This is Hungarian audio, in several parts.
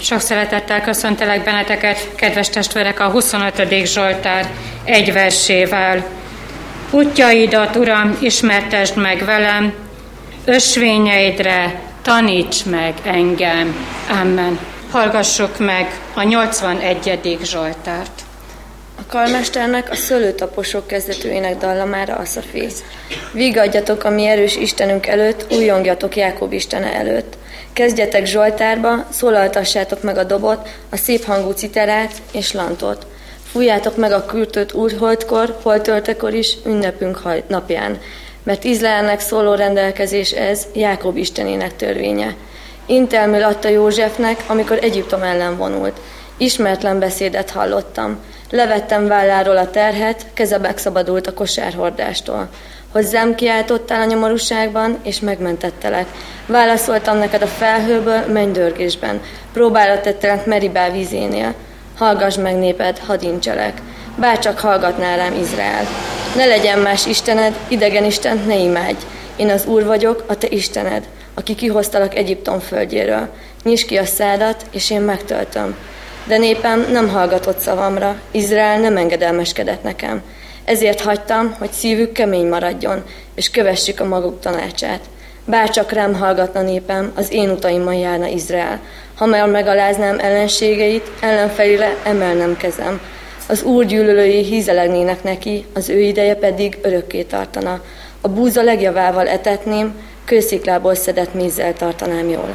Sok szeretettel köszöntelek benneteket, kedves testvérek, a 25. Zsoltár 1 versével. Útjaidat, Uram, ismertesd meg velem, ösvényeidre taníts meg engem. Amen. Hallgassuk meg a 81. Zsoltárt. A karmesternek, a szőlőtaposok kezdetőjének dallamára Aszafé. Vigadjatok a mi erős Istenünk előtt, újjongjatok Jákob Istene előtt. Kezdjetek zsoltárba, szólaltassátok meg a dobot, a szép hangú citerát és lantot. Fújjátok meg a kürtöt úrholdkor, holtöltekor is, ünnepünk napján. Mert Izraelnek szóló rendelkezés ez, Jákob Istenének törvénye. Intelmül adta Józsefnek, amikor Egyiptom ellen vonult. Ismeretlen beszédet hallottam. Levettem válláról a terhet, keze megszabadult a kosárhordástól. Hozzám kiáltottál a nyomorúságban, és megmentettelek. Válaszoltam neked a felhőből, mennydörgésben. Próbára tettelek Meribá vízénél. Hallgass meg néped, hadd incselek. Bárcsak hallgatnál rám Izrael. Ne legyen más Istened, idegen Istent ne imádj. Én az Úr vagyok, a te Istened, aki kihoztalak Egyiptom földjéről. Nyisd ki a szádat, és én megtöltöm. De népem nem hallgatott szavamra, Izrael nem engedelmeskedett nekem. Ezért hagytam, hogy szívük kemény maradjon, és kövessük a maguk tanácsát. Bárcsak rám hallgatna népem, az én utaimon járna Izrael. Ha már megaláznám ellenségeit, ellenfelére emelnem kezem. Az Úr gyűlölői hízelegnének neki, az ő ideje pedig örökké tartana. A búza legjavával etetném, kősziklából szedett mézzel tartanám jól.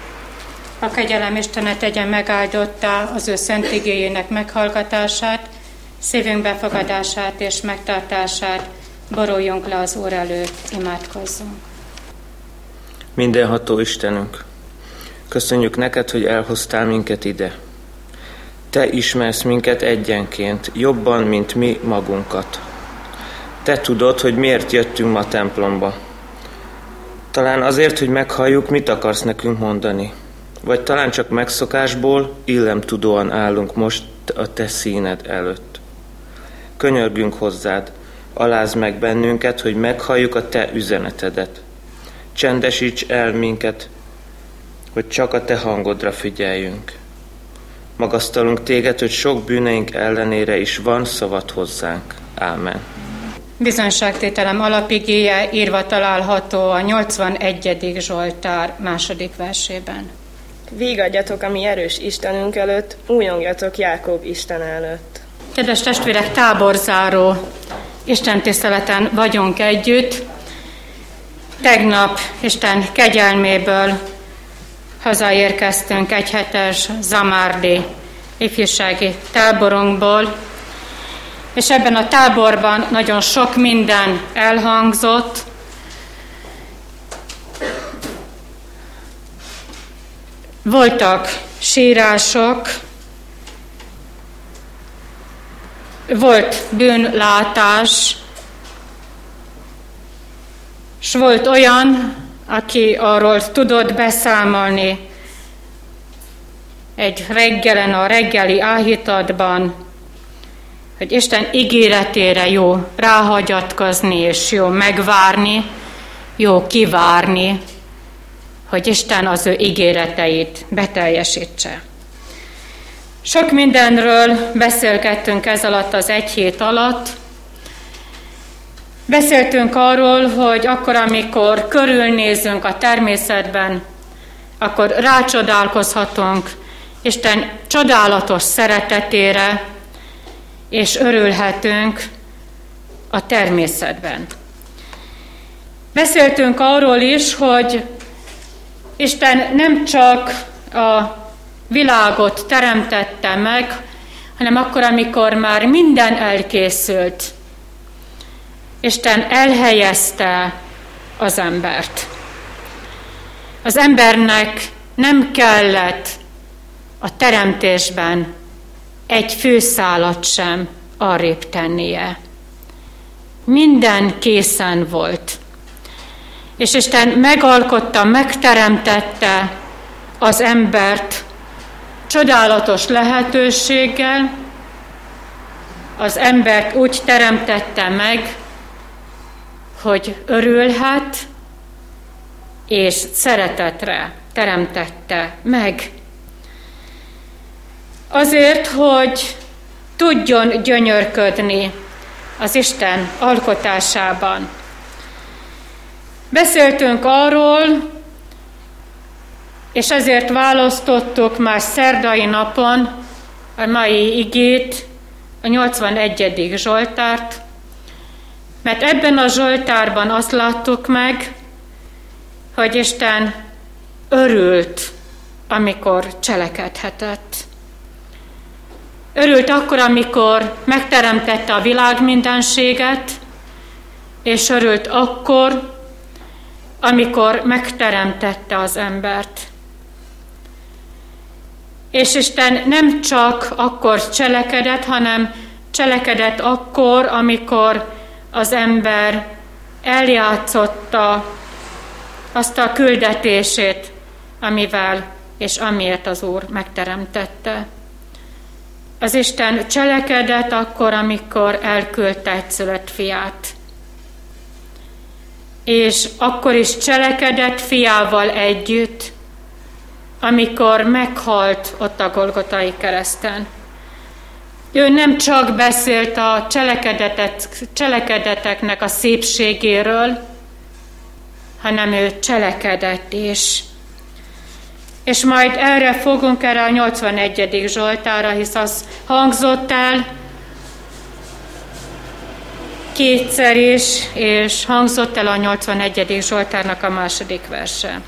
A kegyelem Istene tegye megáldottá az ő szent igéjének meghallgatását, szívünk befogadását és megtartását. Boruljunk le az Úr előtt, imádkozzunk. Mindenható Istenünk, köszönjük neked, hogy elhoztál minket ide. Te ismersz minket egyenként, jobban, mint mi magunkat. Te tudod, hogy miért jöttünk ma templomba. Talán azért, hogy meghalljuk, mit akarsz nekünk mondani. Vagy talán csak megszokásból, illemtudóan állunk most a te színed előtt. Könyörgünk hozzád, alázd meg bennünket, hogy meghalljuk a te üzenetedet. Csendesíts el minket, hogy csak a te hangodra figyeljünk. Magasztalunk téged, hogy sok bűneink ellenére is van szavad hozzánk. Ámen. Bizonyságtételem alapigéje írva található a 81. Zsoltár 2. versében. Vígadjatok a mi erős Istenünk előtt, újongjatok Jákob Isten előtt. Kedves testvérek, táborzáró istentiszteleten vagyunk együtt. Tegnap Isten kegyelméből hazaérkeztünk egy hetes zamárdi ifjúsági táborunkból, és ebben a táborban nagyon sok minden elhangzott. Voltak sírások, volt bűnlátás, és volt olyan, aki arról tudott beszámolni egy reggelen, a reggeli áhítatban, hogy Isten ígéretére jó ráhagyatkozni, és jó megvárni, jó kivárni, hogy Isten az ő ígéreteit beteljesítse. Sok mindenről beszélgettünk ez alatt az egy hét alatt. Beszéltünk arról, hogy akkor, amikor körülnézünk a természetben, akkor rácsodálkozhatunk Isten csodálatos szeretetére, és örülhetünk a természetben. Beszéltünk arról is, hogy Isten nem csak a világot teremtette meg, hanem akkor, amikor már minden elkészült, Isten elhelyezte az embert. Az embernek nem kellett a teremtésben egy fűszálat sem arrébb tennie. Minden készen volt. És Isten megalkotta, megteremtette az embert csodálatos lehetőséggel, az embert úgy teremtette meg, hogy örülhet, és szeretetre teremtette meg. azért, hogy tudjon gyönyörködni az Isten alkotásában. Beszéltünk arról, és ezért választottuk már szerdai napon a mai igét, a 81. Zsoltárt, mert ebben a Zsoltárban azt láttuk meg, hogy Isten örült, amikor cselekedhetett. Örült akkor, amikor megteremtette a világ mindenséget, és örült akkor, amikor megteremtette az embert. És Isten nem csak akkor cselekedett, hanem cselekedett akkor, amikor az ember eljátszotta azt a küldetését, amivel és amiért az Úr megteremtette. Az Isten cselekedett akkor, amikor elküldte egyszülött fiát. És akkor is cselekedett fiával együtt, amikor meghalt ott a Golgotai kereszten. Ő nem csak beszélt a cselekedeteknek a szépségéről, hanem ő cselekedett is. És majd erre a 81. Zsoltára, hisz az hangzott el kétszer is, és hangzott el a 81. Zsoltárnak a 2. verse.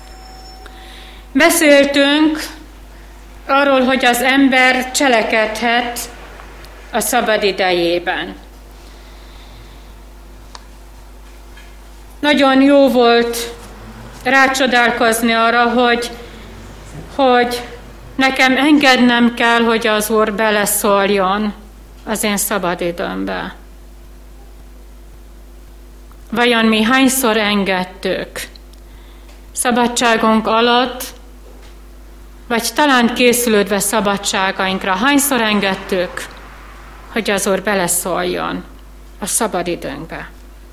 Beszéltünk arról, hogy az ember cselekedhet a szabad idejében. Nagyon jó volt rácsodálkozni arra, hogy nekem engednem kell, hogy az Úr beleszóljon az én szabadidőmbe. Vajon mi hányszor engedtük szabadságunk alatt, vagy talán készülődve szabadságainkra, hányszor engedtük, hogy az Úr beleszóljon a szabadidőnkbe?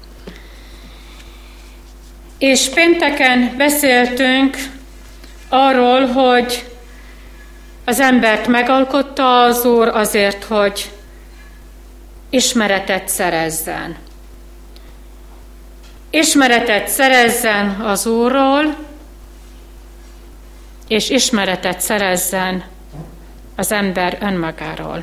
És pénteken beszéltünk arról, hogy az embert megalkotta az Úr azért, hogy ismeretet szerezzen. Ismeretet szerezzen az Úrról, és ismeretet szerezzen az ember önmagáról.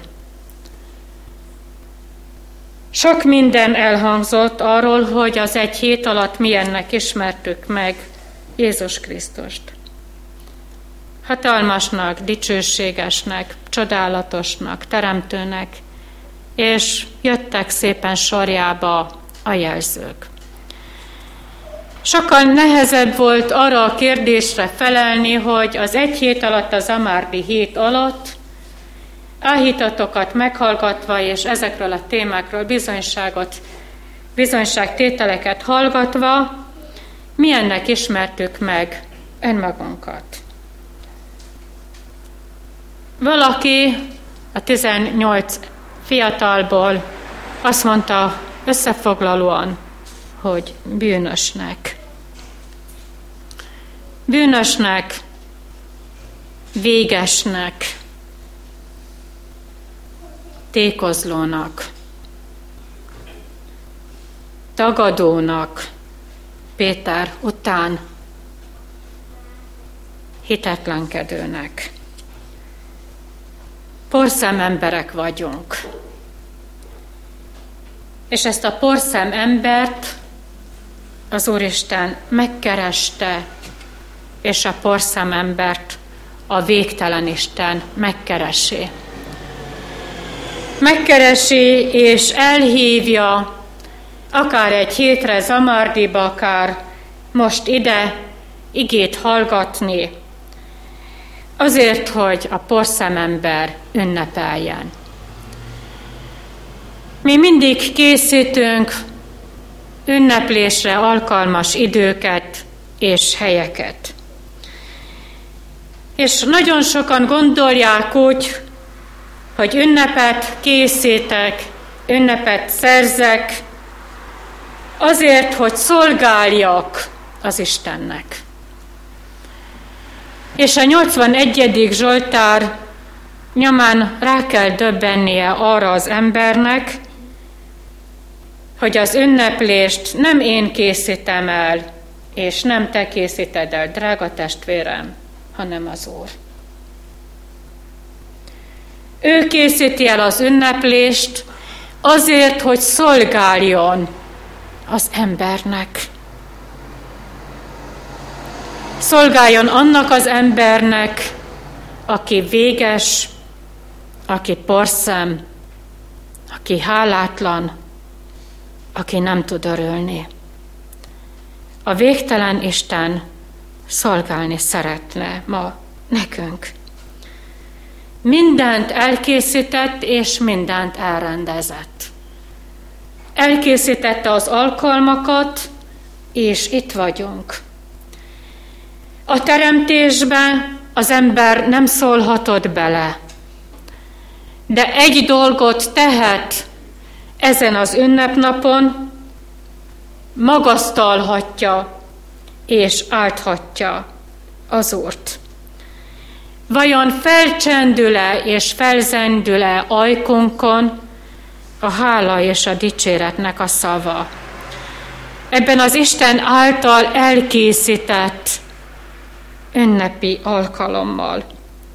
Sok minden elhangzott arról, hogy az egy hét alatt milyennek ismertük meg Jézus Krisztust. Hatalmasnak, dicsőségesnek, csodálatosnak, teremtőnek, és jöttek szépen sorjába a jelzők. Sokkal nehezebb volt arra a kérdésre felelni, hogy az egy hét alatt, a Zamárdi hét alatt áhítatokat meghallgatva, és ezekről a témákról bizonyságtételeket hallgatva, milyennek ismertük meg önmagunkat. Valaki a 18 fiatalból azt mondta összefoglalóan, hogy bűnösnek. Bűnösnek, végesnek, tékozlónak, tagadónak, Péter után hitetlenkedőnek. Porszem emberek vagyunk. És ezt a porszem embert az Úristen megkereste, és a porszem embert a végtelen Isten megkeresi. Megkeresi és elhívja, akár egy hétre Zamárdiba, akár most ide igét hallgatni, azért, hogy a porszemember ünnepeljen. Mi mindig készítünk ünneplésre alkalmas időket és helyeket. És nagyon sokan gondolják úgy, hogy ünnepet készítek, ünnepet szerzek, azért, hogy szolgáljak az Istennek. És a 81. Zsoltár nyomán rá kell döbbennie arra az embernek, hogy az ünneplést nem én készítem el, és nem te készíted el, drága testvérem, hanem az Úr. Ő készíti el az ünneplést azért, hogy szolgáljon az embernek. Szolgáljon annak az embernek, aki véges, aki porszem, aki hálátlan, aki nem tud örülni. A végtelen Isten szolgálni szeretne ma nekünk. Mindent elkészített, és mindent elrendezett. Elkészítette az alkalmakat, és itt vagyunk. A teremtésben az ember nem szólhatott bele, de egy dolgot tehet ezen az ünnepnapon, magasztalhatja és álthatja az Úrt. Vajon felcsendül-e és felzendül-e ajkunkon a hála és a dicséretnek a szava? Ebben az Isten által elkészített ünnepi alkalommal.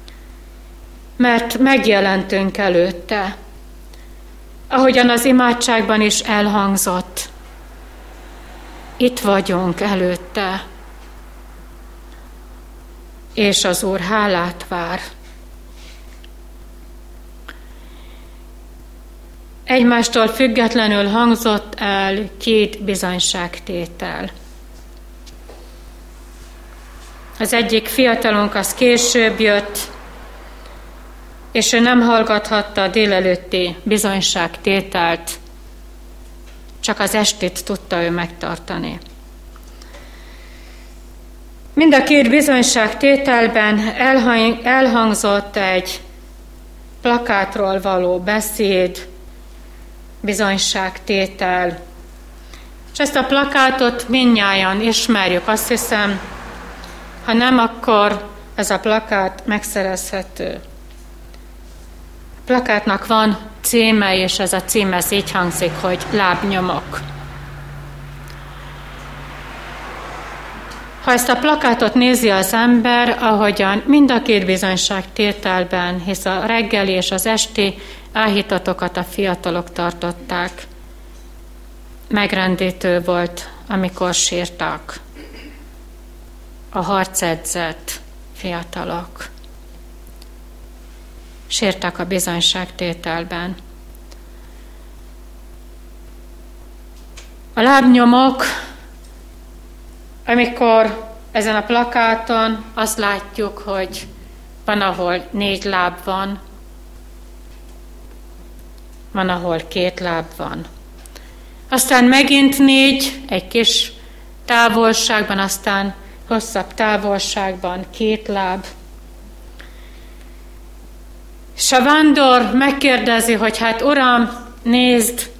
Mert megjelentünk előtte, ahogyan az imádságban is elhangzott. Itt vagyunk előtte, és az Úr hálát vár. Egymástól függetlenül hangzott el két bizonyságtétel. Az egyik fiatalunk az később jött, és ő nem hallgathatta a délelőtti bizonyságtételt, csak az estét tudta ő megtartani. Mind a két bizonyságtételben elhangzott egy plakátról való beszéd, bizonyságtétel, és ezt a plakátot mindnyájan ismerjük, azt hiszem, ha nem, akkor ez a plakát megszerezhető. A plakátnak van címe, és ez a cím ez így hangzik, hogy lábnyomok. Ha ezt a plakátot nézi az ember, ahogyan mind a két bizonyságtételben, hisz a reggeli és az esti áhítatokat a fiatalok tartották, megrendítő volt, amikor sírtak a harcedzett fiatalok. Sírtak a bizonyságtételben. A lábnyomok, amikor ezen a plakáton azt látjuk, hogy van, ahol 4 láb van, van, ahol 2 láb van. Aztán megint 4, egy kis távolságban, aztán hosszabb távolságban 2 láb. És a vándor megkérdezi, hogy hát Uram, nézd,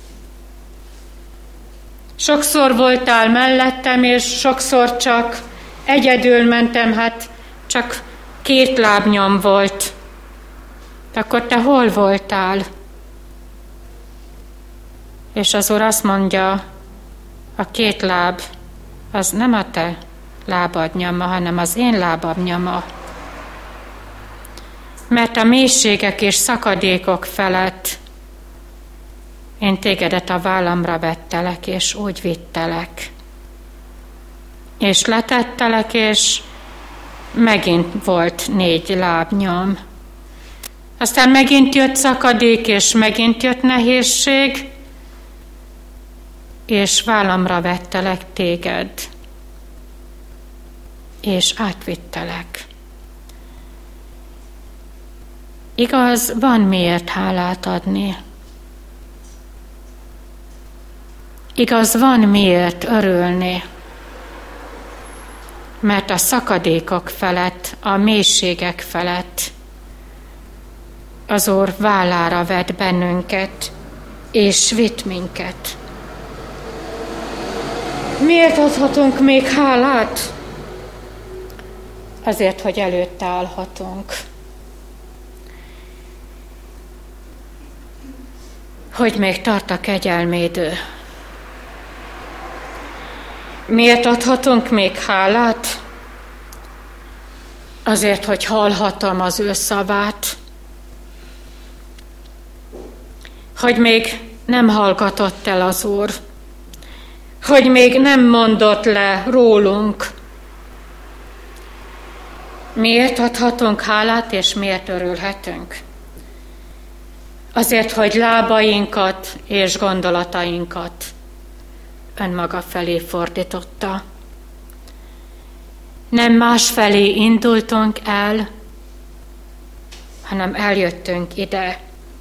sokszor voltál mellettem, és sokszor csak egyedül mentem, hát csak 2 lábnyom volt. Akkor te hol voltál? És az Úr azt mondja, a 2 láb, az nem a te lábad nyoma, hanem az én lábam nyoma. Mert a mélységek és szakadékok felett én tégedet a vállamra vettelek, és úgy vittelek. És letettelek, és megint volt 4 lábnyom. Aztán megint jött szakadék, és megint jött nehézség, és vállamra vettelek téged, és átvittelek. Igaz, van miért hálát adni. Igaz, van miért örülni, mert a szakadékok felett, a mélységek felett az Úr vállára vett bennünket, és vitt minket. Miért adhatunk még hálát? Azért, hogy előtte állhatunk. hogy még tart a kegyelmédő. Miért adhatunk még hálát? Azért, hogy hallhatom az ő szavát, hogy még nem hallgatott el az Úr, hogy még nem mondott le rólunk. Miért adhatunk hálát, és miért örülhetünk? Azért, hogy lábainkat és gondolatainkat önmaga felé fordította. Nem más felé indultunk el, hanem eljöttünk ide.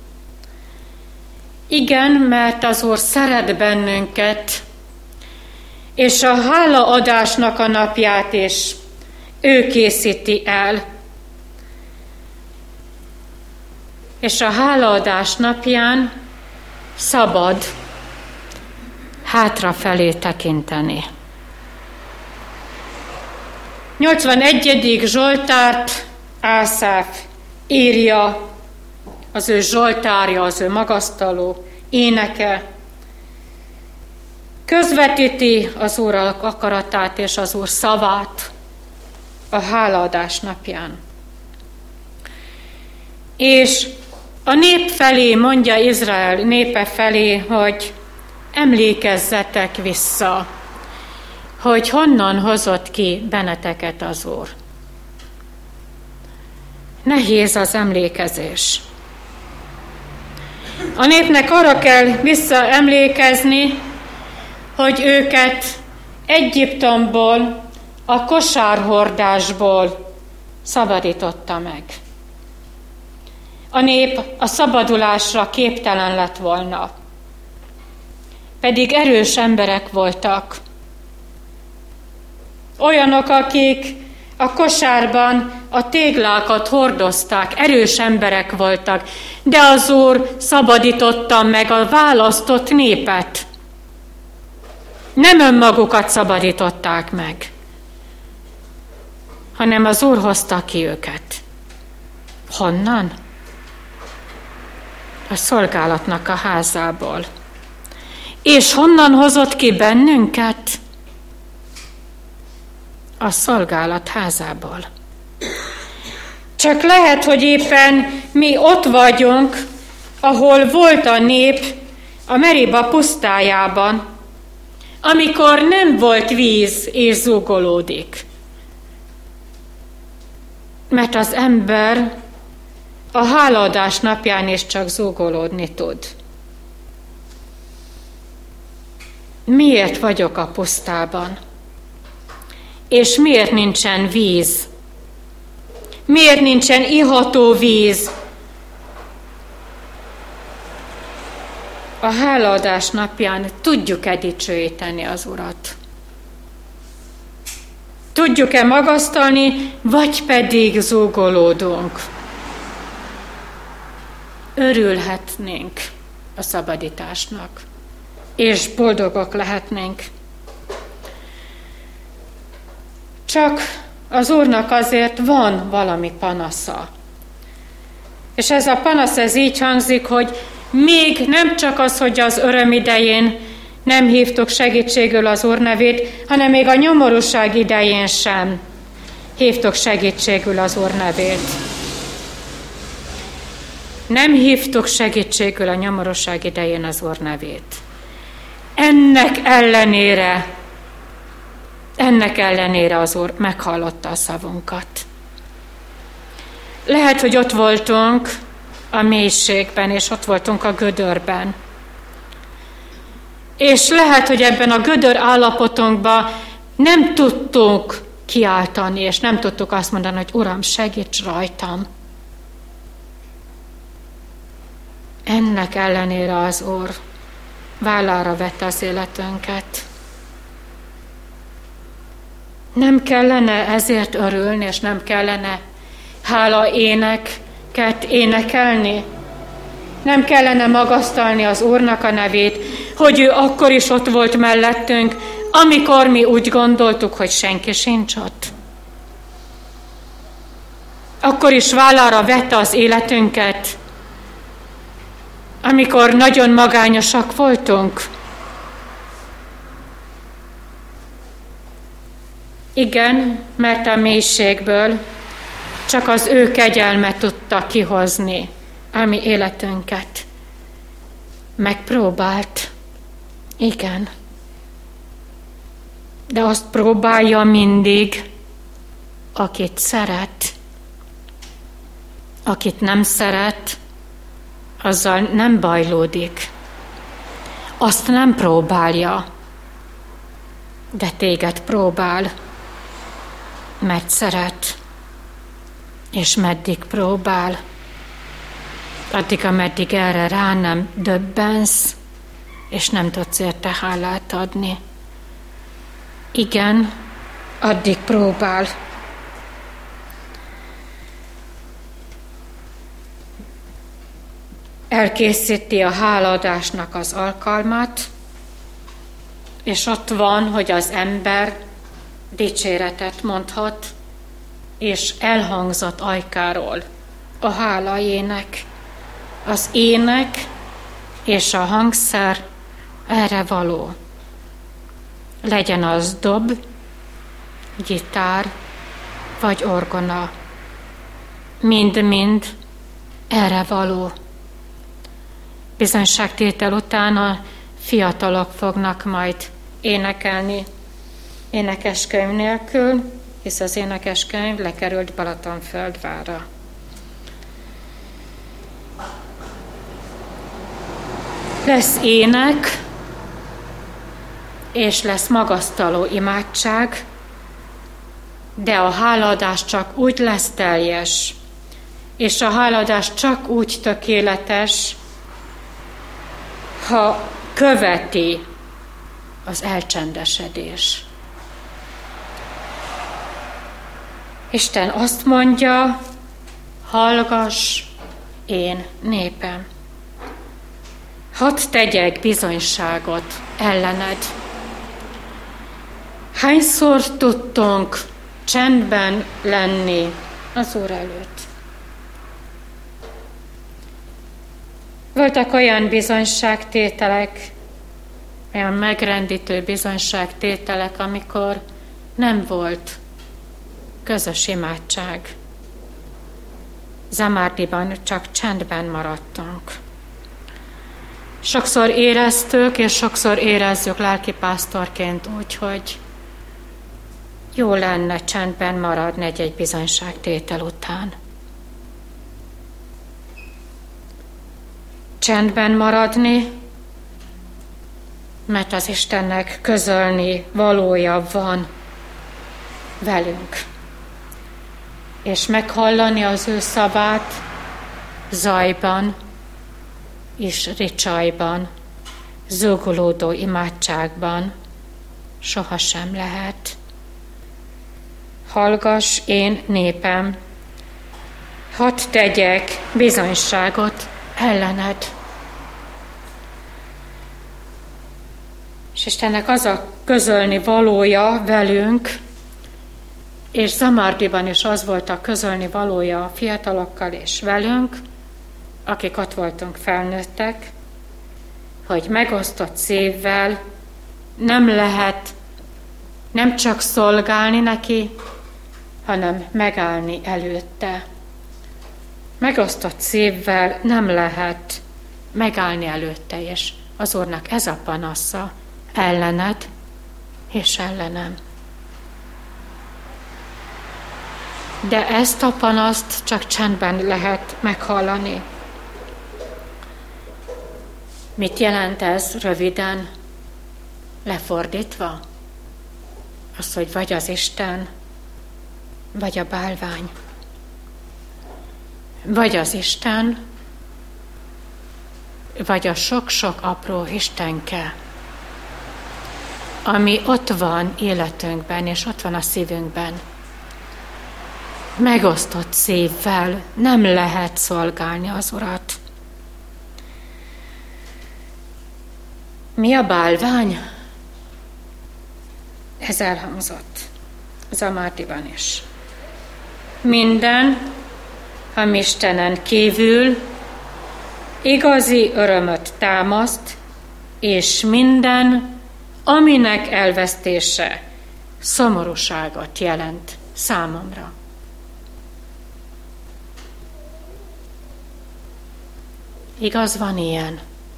Igen, mert az Úr szeret bennünket, és a hálaadásnak a napját is ő készíti el. És a hálaadás napján szabad hátrafelé tekinteni. 81. Zsoltárt Ászáf írja, az ő zsoltárja, az ő magasztaló éneke. Közvetíti az Úr akaratát és az Úr szavát a hálaadás napján. És a nép felé mondja, Izrael népe felé, hogy emlékezzetek vissza, hogy honnan hozott ki benneteket az Úr. Nehéz az emlékezés. A népnek arra kell visszaemlékezni, hogy őket Egyiptomból, a kosárhordásból szabadította meg. A nép a szabadulásra képtelen lett volna. Pedig erős emberek voltak. Olyanok, akik a kosárban a téglákat hordozták, erős emberek voltak, de az Úr szabadította meg a választott népet. Nem önmagukat szabadították meg, hanem az Úr hozta ki őket. Honnan? A szolgálatnak a házából. És honnan hozott ki bennünket? A szolgálat házából. Csak lehet, hogy éppen mi ott vagyunk, ahol volt a nép a Meriba pusztájában, amikor nem volt víz és zúgolódik. Mert az ember a hálaadás napján is csak zúgolódni tud. Miért vagyok a pusztában? És miért nincsen víz? Miért nincsen iható víz? A hálaadás napján tudjuk-e dicsőíteni az Urat? Tudjuk-e magasztalni, vagy pedig zúgolódunk? Örülhetnénk a szabadításnak, és boldogok lehetnénk. Csak az Úrnak azért van valami panasza. És ez a panasz, ez így hangzik, hogy még nem csak az, hogy az öröm idején nem hívtuk segítségül az Úr nevét, hanem még a nyomorúság idején sem hívtuk segítségül az Úr nevét. Nem hívtuk segítségül a nyomorúság idején az Úr nevét. Ennek ellenére az Úr meghallotta a szavunkat. Lehet, hogy ott voltunk a mélységben, és ott voltunk a gödörben. És lehet, hogy ebben a gödör állapotunkban nem tudtunk kiáltani, és nem tudtuk azt mondani, hogy Uram, segíts rajtam. Ennek ellenére az Úr vállára vette az életünket. Nem kellene ezért örülni, és nem kellene hála éneket énekelni? Nem kellene magasztalni az Úrnak a nevét, hogy ő akkor is ott volt mellettünk, amikor mi úgy gondoltuk, hogy senki sincs ott? Akkor is vállára vette az életünket, amikor nagyon magányosak voltunk? Igen, mert a mélységből csak az ő kegyelme tudta kihozni a mi életünket. Megpróbált. Igen. De azt próbálja mindig, akit szeret. Akit nem szeret, azzal nem bajlódik. Azt nem próbálja, de téged próbál, mert szeret, és meddig próbál. Addig, ameddig erre rá nem döbbensz, és nem tudsz érte hálát adni. Igen, addig próbál. Elkészíti a hálaadásnak az alkalmat, és ott van, hogy az ember dicséretet mondhat, és elhangzott ajkáról a hálaének. Az ének és a hangszer erre való. Legyen az dob, gitár vagy orgona. Mind-mind erre való. Bizonyságtétel után a fiatalok fognak majd énekelni énekeskönyv nélkül, hisz az énekeskönyv lekerült Balatonfürdvárra. Lesz ének, és lesz magasztaló imádság, de a hálaadás csak úgy lesz teljes, és a hálaadás csak úgy tökéletes, ha követi az elcsendesedés. Isten azt mondja, hallgass, én népem. Hadd tegyek bizonyságot ellened. Hányszor tudtunk csendben lenni az Úr előtt? Voltak olyan bizonyságtételek, olyan megrendítő bizonyságtételek, amikor nem volt közös imádság. Zamárdiban csak csendben maradtunk. Sokszor éreztük, és sokszor érezzük lelkipásztorként úgy, hogy jó lenne csendben maradni egy bizonyságtétel után. Csendben maradni, mert az Istennek közölni valója van velünk. És meghallani az ő szavát zajban és ricsajban, zúgolódó imádságban sohasem lehet. Hallgass, én népem, hadd tegyek bizonyságot ellened. És Istennek az a közölni valója velünk, és Zamárdiban is az volt a közölni valója a fiatalokkal és velünk, akik ott voltunk felnőttek, hogy megosztott szívvel nem lehet nem csak szolgálni neki, hanem megállni előtte. Megosztott szívvel nem lehet megállni előtte, és az Úrnak ez a panasza ellened és ellenem. De ezt a panaszt csak csendben lehet meghallani. Mit jelent ez röviden, lefordítva? Az, hogy vagy az Isten, vagy a bálvány. Vagy az Isten, vagy a sok-sok apró istenke, ami ott van életünkben, és ott van a szívünkben. Megosztott szívvel nem lehet szolgálni az Urat. Mi a bálvány? Ez elhangzott Zamárdiban is. Minden, ami Istenen kívül, igazi örömöt támaszt, és minden, aminek elvesztése szomorúságot jelent számomra. Igaz, van ilyen.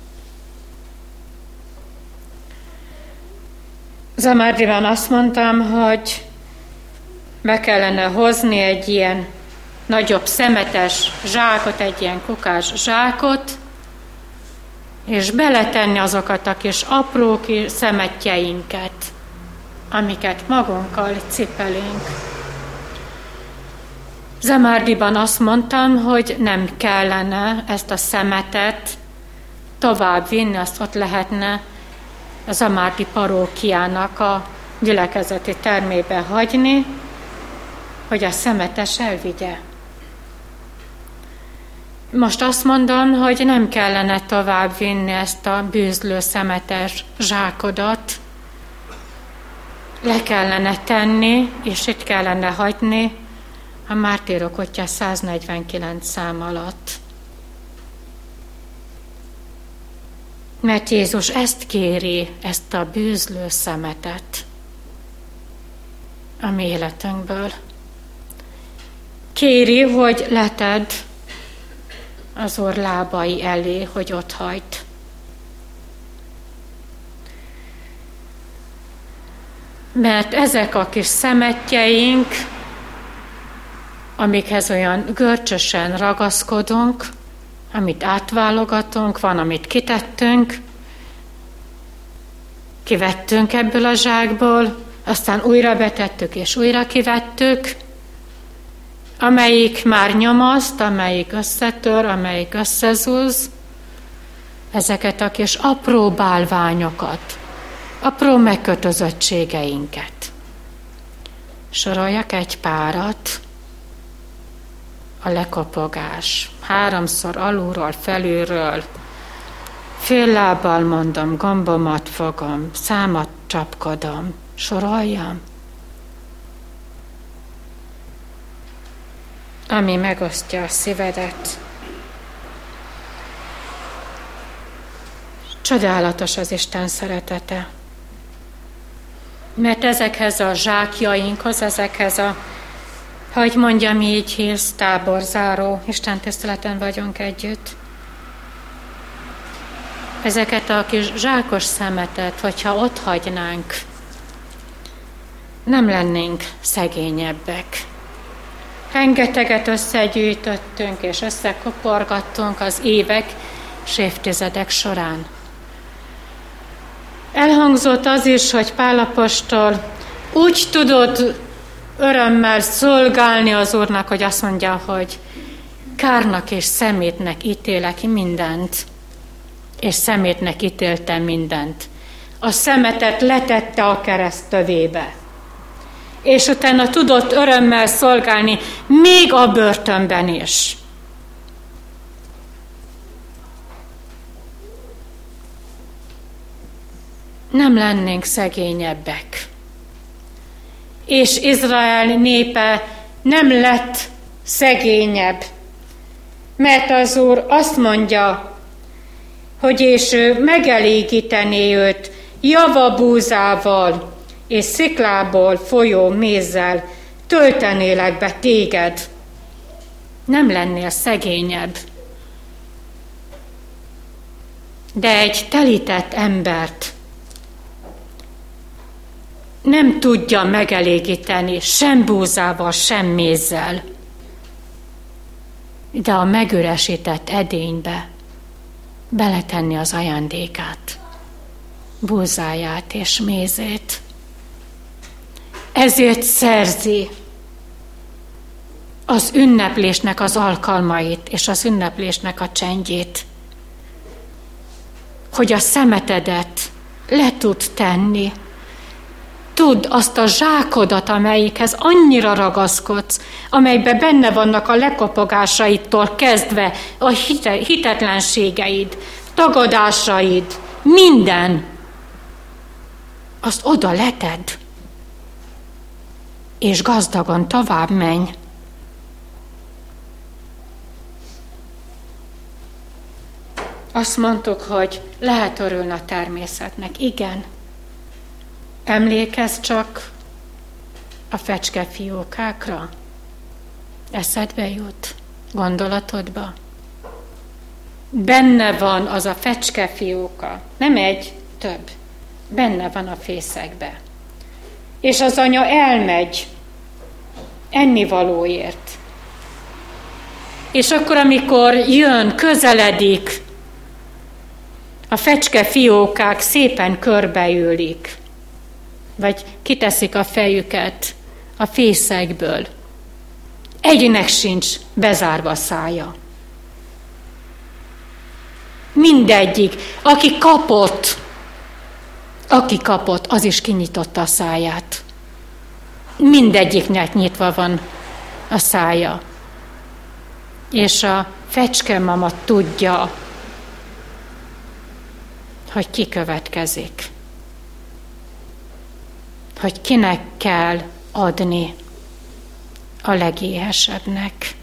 Zamárdiban azt mondtam, hogy be kellene hozni egy ilyen nagyobb szemetes zsákot, egy ilyen kukás zsákot, és beletenni azokat a kis apró kis szemetjeinket, amiket magunkkal cipelünk. Zamárdiban azt mondtam, hogy nem kellene ezt a szemetet tovább vinni, azt ott lehetne a zamárdi parókiának a gyülekezeti termébe hagyni, hogy a szemetes elvigye. Most azt mondom, hogy nem kellene tovább vinni ezt a bűzlő szemetes zsákodat, le kellene tenni, és itt kellene hagyni a Mártírok Útja 149 szám alatt. Mert Jézus ezt kéri, ezt a bűzlő szemetet a mi életünkből. Kéri, hogy letedd az Úr lábai elé, hogy ott hagyd. Mert ezek a kis szemetjeink, amikhez olyan görcsösen ragaszkodunk, amit átválogatunk, van, amit kitettünk, kivettünk ebből a zsákból, aztán újra betettük és újra kivettük, amelyik már nyomaszt, amelyik összetör, amelyik összezúz, ezeket a kis apró bálványokat, apró megkötözöttségeinket. Soroljak egy párat. A lekopogás. 3-szor alulról, felülről. Fél lábbal mondom, gombomat fogom, számat csapkodom. Soroljam. Ami megosztja a szívedet. Csodálatos az Isten szeretete. Mert ezekhez a zsákjainkhoz, ezekhez a, hogy mondjam így, Hills táborzáró istentiszteleten vagyunk együtt. Ezeket a kis zsákos szemetet, hogyha ott hagynánk, nem lennénk szegényebbek. Rengeteget összegyűjtöttünk és összekoporgattunk az évek és évtizedek során. Elhangzott az is, hogy Pál apostol úgy tudott örömmel szolgálni az Úrnak, hogy azt mondja, hogy kárnak és szemétnek ítélek mindent, és szemétnek ítéltem mindent. A szemetet letette a kereszt tövébe. És utána tudott örömmel szolgálni, még a börtönben is. Nem lennénk szegényebbek. És Izrael népe nem lett szegényebb, mert az Úr azt mondja, hogy és ő megelégítené őt javabúzával és sziklából folyó mézzel, töltenélek be téged. Nem lennél szegényebb. De egy telített embert nem tudja megelégíteni sem búzával, sem mézzel, de a megüresített edénybe beletenni az ajándékát, búzáját és mézét. Ezért szerzi az ünneplésnek az alkalmait és az ünneplésnek a csendjét, hogy a szemetedet le tud tenni. Tudd azt a zsákodat, amelyikhez annyira ragaszkodsz, amelyben benne vannak a lekopogásaidtól kezdve a hitetlenségeid, tagadásaid, minden. Azt oda letedd, és gazdagon tovább menj. Azt mondtuk, hogy lehet örülni a természetnek. Igen. Emlékezz csak a fecskefiókákra. Eszedbe jut, gondolatodba. Benne van az a fecskefióka, nem egy, több. Benne van a fészekbe. És az anya elmegy ennivalóért. És akkor, amikor jön, közeledik, a fecskefiókák szépen körbeülik, vagy kiteszik a fejüket a fészekből. Egynek sincs bezárva a szája. Mindegyik, aki kapott, az is kinyitotta a száját. Mindegyiknek nyitva van a szája. És a fecskemama tudja, hogy ki következik. Hogy kinek kell adni a legéhesebbnek.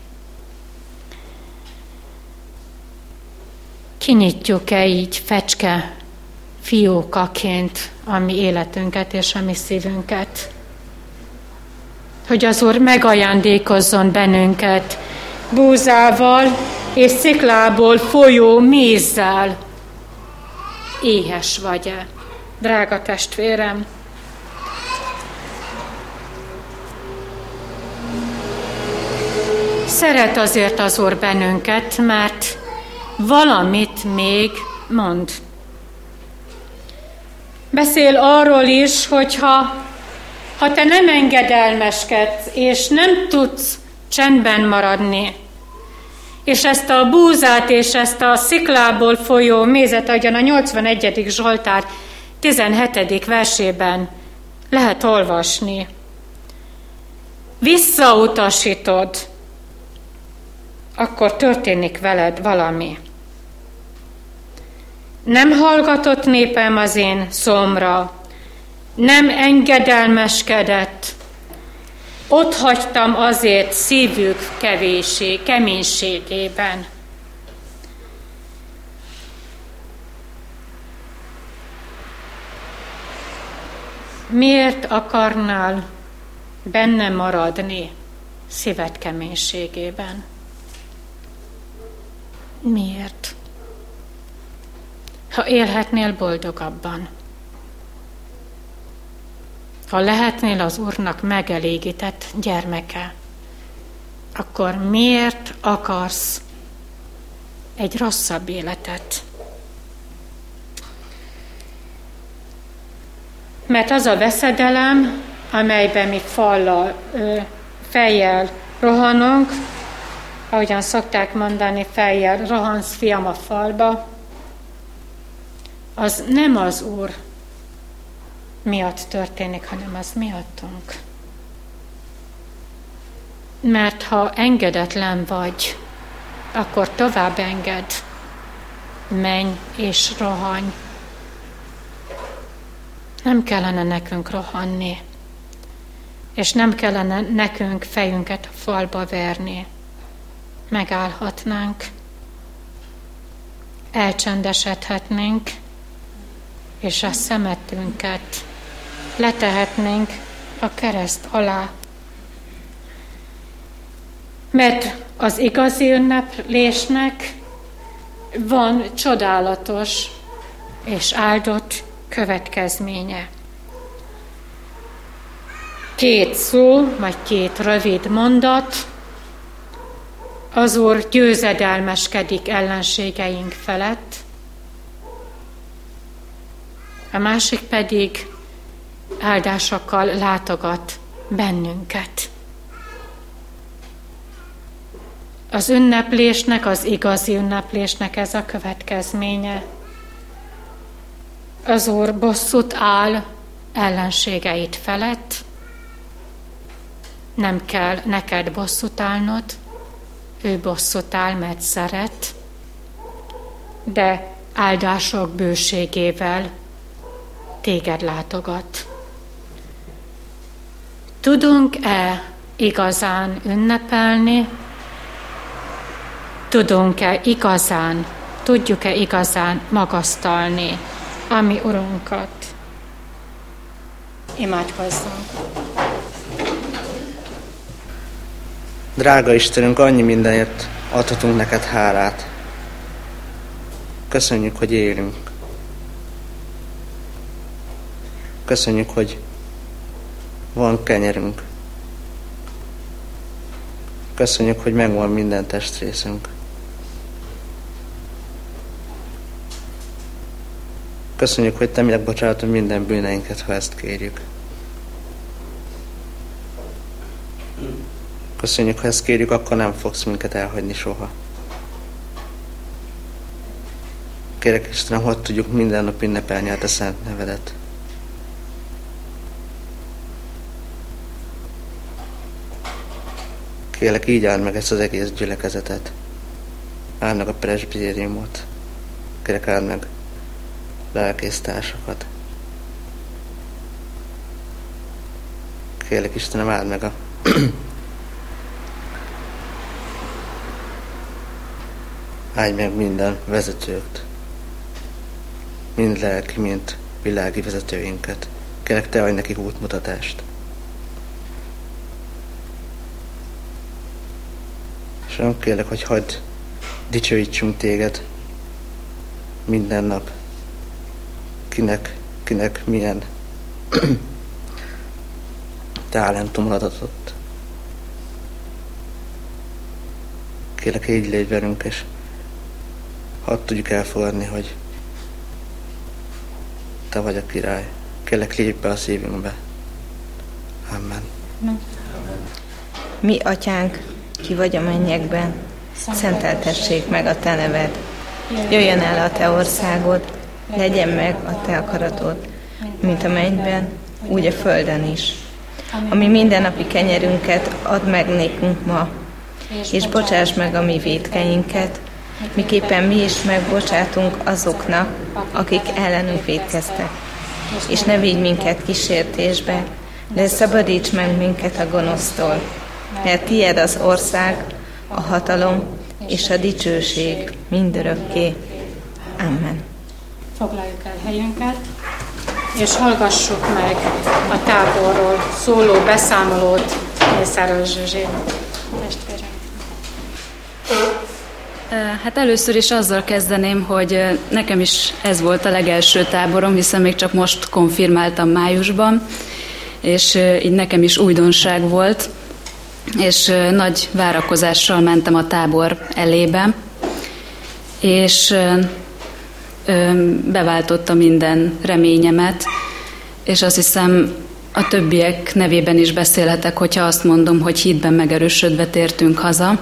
Kinyitjuk-e így fecske fiókaként a mi életünket és a mi szívünket? Hogy az Úr megajándékozzon bennünket búzával és sziklából folyó mézzel. Éhes vagy-e, drága testvérem? Szeret azért az Úr bennünket, mert valamit még mond. Beszél arról is, hogyha te nem engedelmeskedsz, és nem tudsz csendben maradni, és ezt a búzát és ezt a sziklából folyó mézet, ahogyan a 81. Zsoltár 17. versében lehet olvasni, visszautasítod, akkor történik veled valami. Nem hallgatott népem az én szomra, nem engedelmeskedett, ott hagytam azért szívük keménységében. Miért akarnál benne maradni szíved keménységében? Miért? Ha élhetnél boldogabban, ha lehetnél az Úrnak megelégített gyermeke, akkor miért akarsz egy rosszabb életet? Mert az a veszedelem, amelyben mi fejjel rohanunk, ahogyan szokták mondani, fejjel rohansz, fiam, a falba, az nem az Úr miatt történik, hanem az miattunk. Mert ha engedetlen vagy, akkor tovább enged, menj és rohanj. Nem kellene nekünk rohanni, és nem kellene nekünk fejünket a falba verni. Megállhatnánk, elcsendesedhetnénk, és a szemetünket letehetnénk a kereszt alá. Mert az igazi ünneplésnek van csodálatos és áldott következménye. 2 szó, vagy 2 rövid mondat, az Úr győzedelmeskedik ellenségeink felett, a másik pedig áldásokkal látogat bennünket. Az ünneplésnek, az igazi ünneplésnek ez a következménye. Az Úr bosszút áll ellenségeit felett, nem kell neked bosszút állnod, ő bosszút áll, mert szeret, de áldások bőségével téged látogat. Tudunk-e igazán ünnepelni? Tudunk-e igazán tudjuk-e igazán magasztalni a mi Urunkat. Imádkozzunk! Drága Istenünk, annyi mindenért adhatunk neked hálát. Köszönjük, hogy élünk. Köszönjük, hogy van kenyerünk. Köszönjük, hogy megvan minden testrészünk. Köszönjük, hogy te megbocsátod minden bűneinket, ha ezt kérjük. Köszönjük, ha ezt kérjük, akkor nem fogsz minket elhagyni soha. Kérek Istenem, hogy tudjuk minden nap ünnepelni a te szent nevedet. Kérlek, így áld meg ezt az egész gyülekezetet. Áld meg a presbitériumot. Kérlek, áld meg lelkésztársakat. Kérlek, Istenem, áld meg áldj meg minden vezetőt, mind lelki, mind világi vezetőinket. Kérlek, te adj nekik útmutatást. És nem kérlek, hogy hagyd dicsőítsünk téged minden nap. Kinek milyen talentum adatott. Kérlek, így légy velünk, és hadd tudjuk elfogadni, hogy te vagy a király. Kérlek, lépj be a szívünkbe. Amen. Mi, Atyánk, ki vagy a mennyekben, szenteltessék meg a te neved. Jöjjön el a te országod, legyen meg a te akaratod, mint a mennyben, úgy a földön is. Ami mindennapi kenyerünket add meg nékünk ma, és bocsáss meg a mi vétkeinket, miképpen mi is megbocsátunk azoknak, akik ellenünk vétkeztek. És ne vigy minket kísértésbe, de szabadíts meg minket a gonosztól, mert tied az ország, a hatalom és a dicsőség mindörökké. Amen. Foglaljuk el helyünket, és hallgassuk meg a táborról szóló beszámolót Mészáros Zsuzsi testvérem. Hát először is azzal kezdeném, hogy nekem is ez volt a legelső táborom, hiszen még csak most konfirmáltam májusban, és így nekem is újdonság volt, és nagy várakozással mentem a tábor elébe, és beváltotta minden reményemet, és azt hiszem a többiek nevében is beszélhetek, hogyha azt mondom, hogy hitben megerősödve tértünk haza.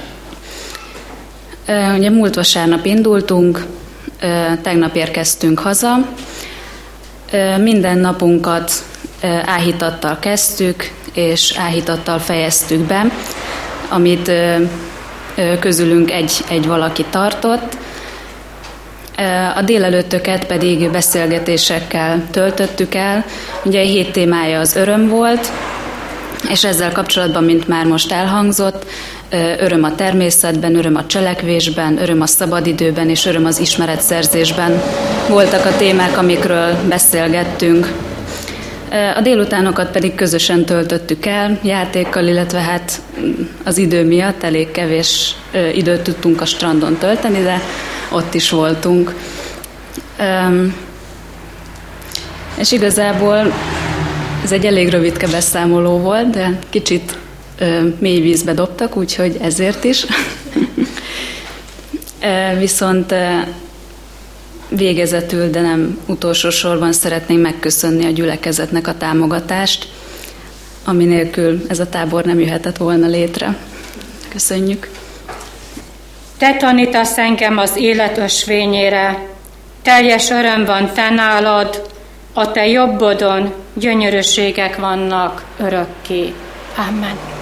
Ugye múlt vasárnap indultunk, tegnap érkeztünk haza, minden napunkat áhítattal kezdtük, és áhítattal fejeztük be, amit közülünk egy valaki tartott. A délelőttöket pedig beszélgetésekkel töltöttük el. Ugye a hét témája az öröm volt, és ezzel kapcsolatban, mint már most elhangzott, öröm a természetben, öröm a cselekvésben, öröm a szabadidőben és öröm az ismeretszerzésben voltak a témák, amikről beszélgettünk. A délutánokat pedig közösen töltöttük el játékkal, illetve hát az idő miatt elég kevés időt tudtunk a strandon tölteni, de ott is voltunk. És igazából ez egy elég rövidke beszámoló volt, de kicsit mély vízbe dobtak, úgyhogy ezért is. Viszont végezetül, de nem utolsó sorban szeretném megköszönni a gyülekezetnek a támogatást, ami nélkül ez a tábor nem jöhetett volna létre. Köszönjük! Te tanítasz engem az élet ösvényére, teljes öröm van te nálad, a te jobbodon gyönyörűségek vannak örökké. Amen.